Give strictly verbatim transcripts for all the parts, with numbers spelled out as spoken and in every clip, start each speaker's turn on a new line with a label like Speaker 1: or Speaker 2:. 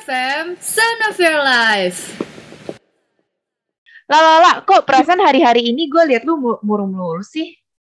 Speaker 1: F M, Sound of Your Life.
Speaker 2: Lah, lah, lah, kok perasaan hari-hari ini gue liat lu mu- murung mulu sih?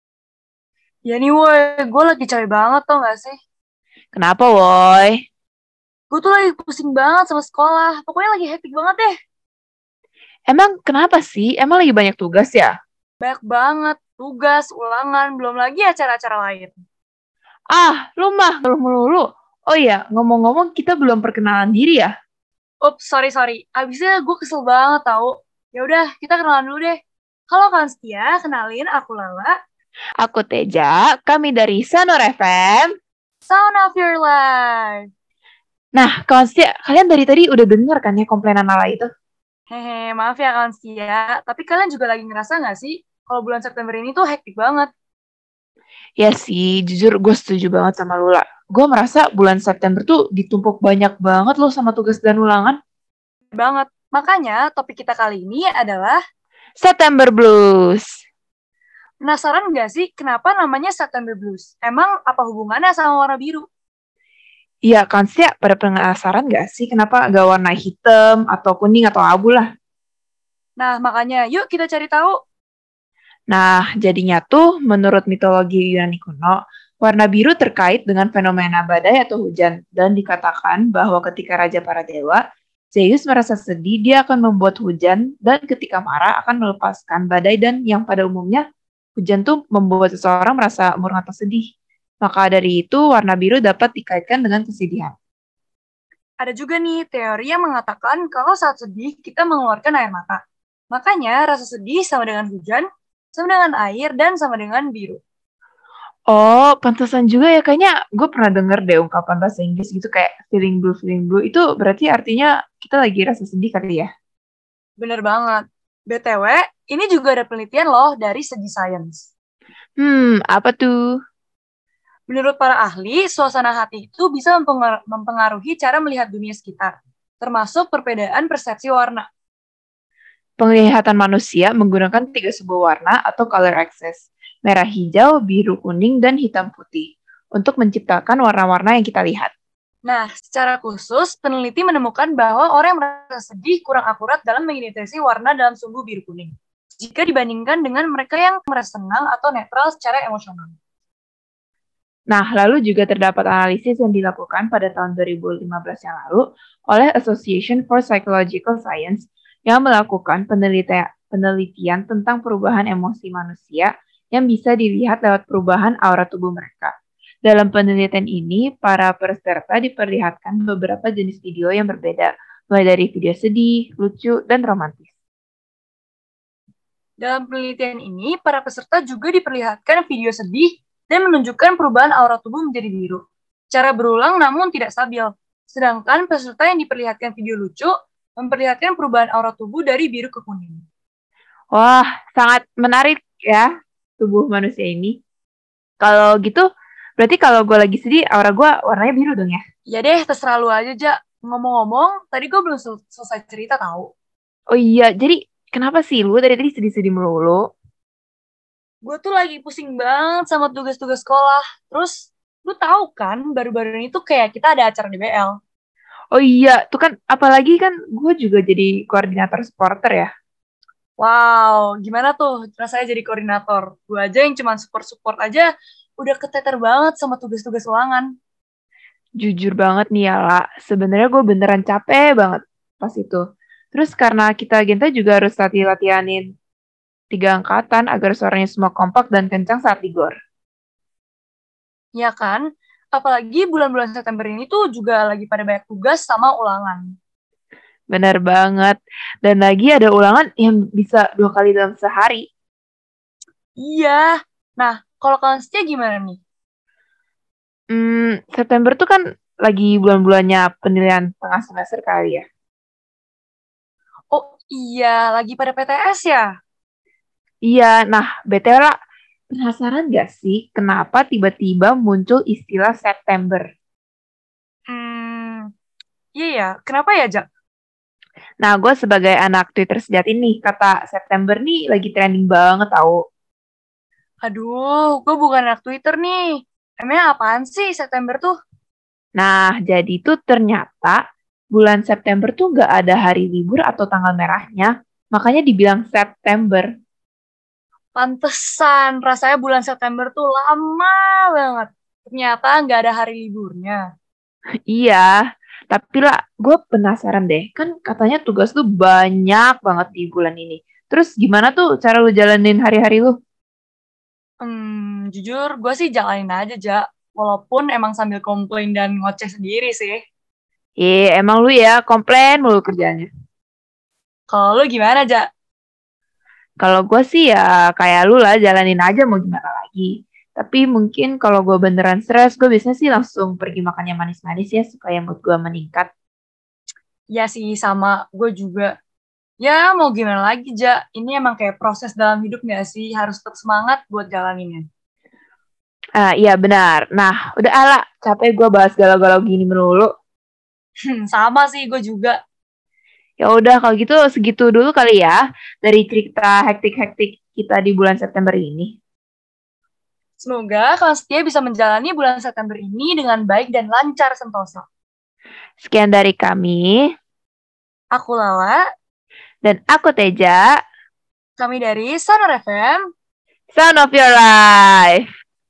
Speaker 3: Ya nih woi, gue lagi capek banget tau gak sih?
Speaker 2: Kenapa, woi?
Speaker 3: Gue tuh lagi pusing banget sama sekolah. Pokoknya lagi hektik banget deh.
Speaker 2: Emang kenapa sih? Emang lagi banyak tugas ya?
Speaker 3: Banyak banget. Tugas, ulangan, belum lagi acara-acara lain.
Speaker 2: Ah, lu mah ngeluh melulu. Oh iya, ngomong-ngomong kita belum perkenalan diri ya?
Speaker 3: Ups, sorry, sorry. Abisnya gue kesel banget tau. Ya udah, kita kenalan dulu deh. Halo kawan setia, kenalin aku Lala.
Speaker 2: Aku Teja, kami dari Sanor F M.
Speaker 3: Sound of Your Life.
Speaker 2: Nah, kawan setia, kalian dari tadi udah denger kan ya komplainan Lala itu?
Speaker 3: Hehe, maaf ya kawan setia. Tapi kalian juga lagi ngerasa gak sih? Kalau bulan September ini tuh hektik banget.
Speaker 2: Ya sih, jujur gue setuju banget sama Lula. Gue merasa bulan September tuh ditumpuk banyak banget loh sama tugas dan ulangan.
Speaker 3: Banget. Makanya topik kita kali ini adalah
Speaker 2: September Blues.
Speaker 3: penasaran nggak sih kenapa namanya September Blues? Emang apa hubungannya sama warna biru?
Speaker 2: Iya kan sih, pada penasaran gak sih kenapa gak warna hitam atau kuning atau abu lah?
Speaker 3: Nah, makanya yuk kita cari tahu.
Speaker 2: Nah, jadinya tuh menurut mitologi Yunani kuno, warna biru terkait dengan fenomena badai atau hujan, dan dikatakan bahwa ketika Raja para Dewa, Zeus merasa sedih, dia akan membuat hujan, dan ketika marah akan melepaskan badai, dan yang pada umumnya, hujan tuh membuat seseorang merasa murung atau sedih. Maka dari itu, warna biru dapat dikaitkan dengan kesedihan.
Speaker 3: Ada juga nih teori yang mengatakan kalau saat sedih kita mengeluarkan air mata. Makanya rasa sedih sama dengan hujan, sama dengan air, dan sama dengan biru.
Speaker 2: Oh, pantesan juga ya. Kayaknya gue pernah denger deh ungkapan bahasa Inggris gitu kayak feeling blue, feeling blue. Itu berarti artinya kita lagi rasa sedih kali ya?
Speaker 3: Bener banget. B T W, ini juga ada penelitian loh dari segi sains.
Speaker 2: Hmm, apa tuh?
Speaker 3: Menurut para ahli, suasana hati itu bisa mempengar- mempengaruhi cara melihat dunia sekitar, termasuk perbedaan persepsi warna.
Speaker 2: Penglihatan manusia menggunakan tiga sebuah warna atau color axis. Merah, hijau, biru, kuning, dan hitam putih. Untuk menciptakan warna-warna yang kita lihat.
Speaker 3: Nah, secara khusus, peneliti menemukan bahwa orang yang merasa sedih kurang akurat dalam mengidentifikasi warna dalam sumbu biru kuning, jika dibandingkan dengan mereka yang merasa senang atau netral secara emosional.
Speaker 2: Nah, lalu juga terdapat analisis yang dilakukan pada tahun dua ribu lima belas yang lalu oleh Association for Psychological Science yang melakukan penelitian, penelitian tentang perubahan emosi manusia yang bisa dilihat lewat perubahan aura tubuh mereka. Dalam penelitian ini, para peserta diperlihatkan beberapa jenis video yang berbeda, mulai dari video sedih, lucu, dan romantis.
Speaker 3: Dalam penelitian ini, para peserta juga diperlihatkan video sedih dan menunjukkan perubahan aura tubuh menjadi biru. Cara berulang namun tidak stabil. Sedangkan peserta yang diperlihatkan video lucu memperlihatkan perubahan aura tubuh dari biru ke kuning.
Speaker 2: Wah, sangat menarik ya tubuh manusia ini. Kalau gitu, berarti kalau gue lagi sedih, aura gue warnanya biru dong ya?
Speaker 3: Ya deh, terserah lu aja, Ja. Ngomong-ngomong, tadi gue belum sel- selesai cerita tahu.
Speaker 2: Oh iya, jadi kenapa sih lu dari tadi sedih-sedih melulu?
Speaker 3: Gue tuh lagi pusing banget sama tugas-tugas sekolah. Terus, lu tahu kan, baru-baru ini tuh kayak kita ada acara D B L.
Speaker 2: Oh iya, tuh kan apalagi kan gue juga jadi koordinator supporter ya.
Speaker 3: Wow, gimana tuh rasanya jadi koordinator? Gue aja yang cuma support-support aja, udah keteter banget sama tugas-tugas ulangan.
Speaker 2: Jujur banget nih ya, La. Sebenarnya gue beneran capek banget pas itu. Terus karena kita Genta juga harus latih-latihanin tiga angkatan agar suaranya semua kompak dan kencang saat digor.
Speaker 3: Ya kan? Apalagi bulan-bulan September ini tuh juga lagi pada banyak tugas sama ulangan.
Speaker 2: Bener banget. Dan lagi ada ulangan yang bisa dua kali dalam sehari.
Speaker 3: Iya. Nah, kalau kalian setia gimana nih?
Speaker 2: Hmm, September tuh kan lagi bulan-bulannya penilaian tengah semester kali ya.
Speaker 3: Oh iya, lagi pada P T S ya?
Speaker 2: Iya, nah B T W lah, penasaran gak sih kenapa tiba-tiba muncul istilah September?
Speaker 3: Hmm, iya ya. Kenapa ya, Jak?
Speaker 2: Nah, gue sebagai anak Twitter sejati nih, kata September nih lagi trending banget tau.
Speaker 3: Aduh, gue bukan anak Twitter nih. Emangnya apaan sih September tuh?
Speaker 2: Nah, jadi tuh ternyata bulan September tuh nggak ada hari libur atau tanggal merahnya, makanya dibilang September.
Speaker 3: Pantesan, rasanya bulan September tuh lama banget. Ternyata nggak ada hari liburnya.
Speaker 2: Iya, tapi lah gue penasaran deh, kan katanya tugas lu banyak banget di bulan ini. Terus gimana tuh cara lu jalanin hari-hari lu?
Speaker 3: Hmm, jujur, gue sih jalanin aja, Ja. Walaupun emang sambil komplain dan ngoceh sendiri sih.
Speaker 2: Eh, emang lu ya komplain mulu kerjanya.
Speaker 3: Kalau lu gimana, Ja?
Speaker 2: Kalau gue sih ya kayak lu lah, jalanin aja mau gimana lagi. Tapi mungkin kalau gue beneran stres, gue biasanya sih langsung pergi makan yang manis-manis ya, supaya mood gue meningkat.
Speaker 3: Ya sih, sama gue juga. Ya, mau gimana lagi, Ja? Ini emang kayak proses dalam hidup nggak sih? Harus tetap semangat buat jalaninnya.
Speaker 2: Ah, iya benar. Nah, udah ala, capek gue bahas galau-galau gini melulu.
Speaker 3: Hmm, sama sih, gue juga.
Speaker 2: Ya udah kalau gitu segitu dulu kali ya dari cerita hektik-hektik kita di bulan September ini.
Speaker 3: Semoga kalian setia bisa menjalani bulan September ini dengan baik dan lancar sentosa.
Speaker 2: Sekian dari kami
Speaker 3: Aku Lala,
Speaker 2: dan aku Teja.
Speaker 3: kami dari Sonor F M.
Speaker 2: Sound of your life.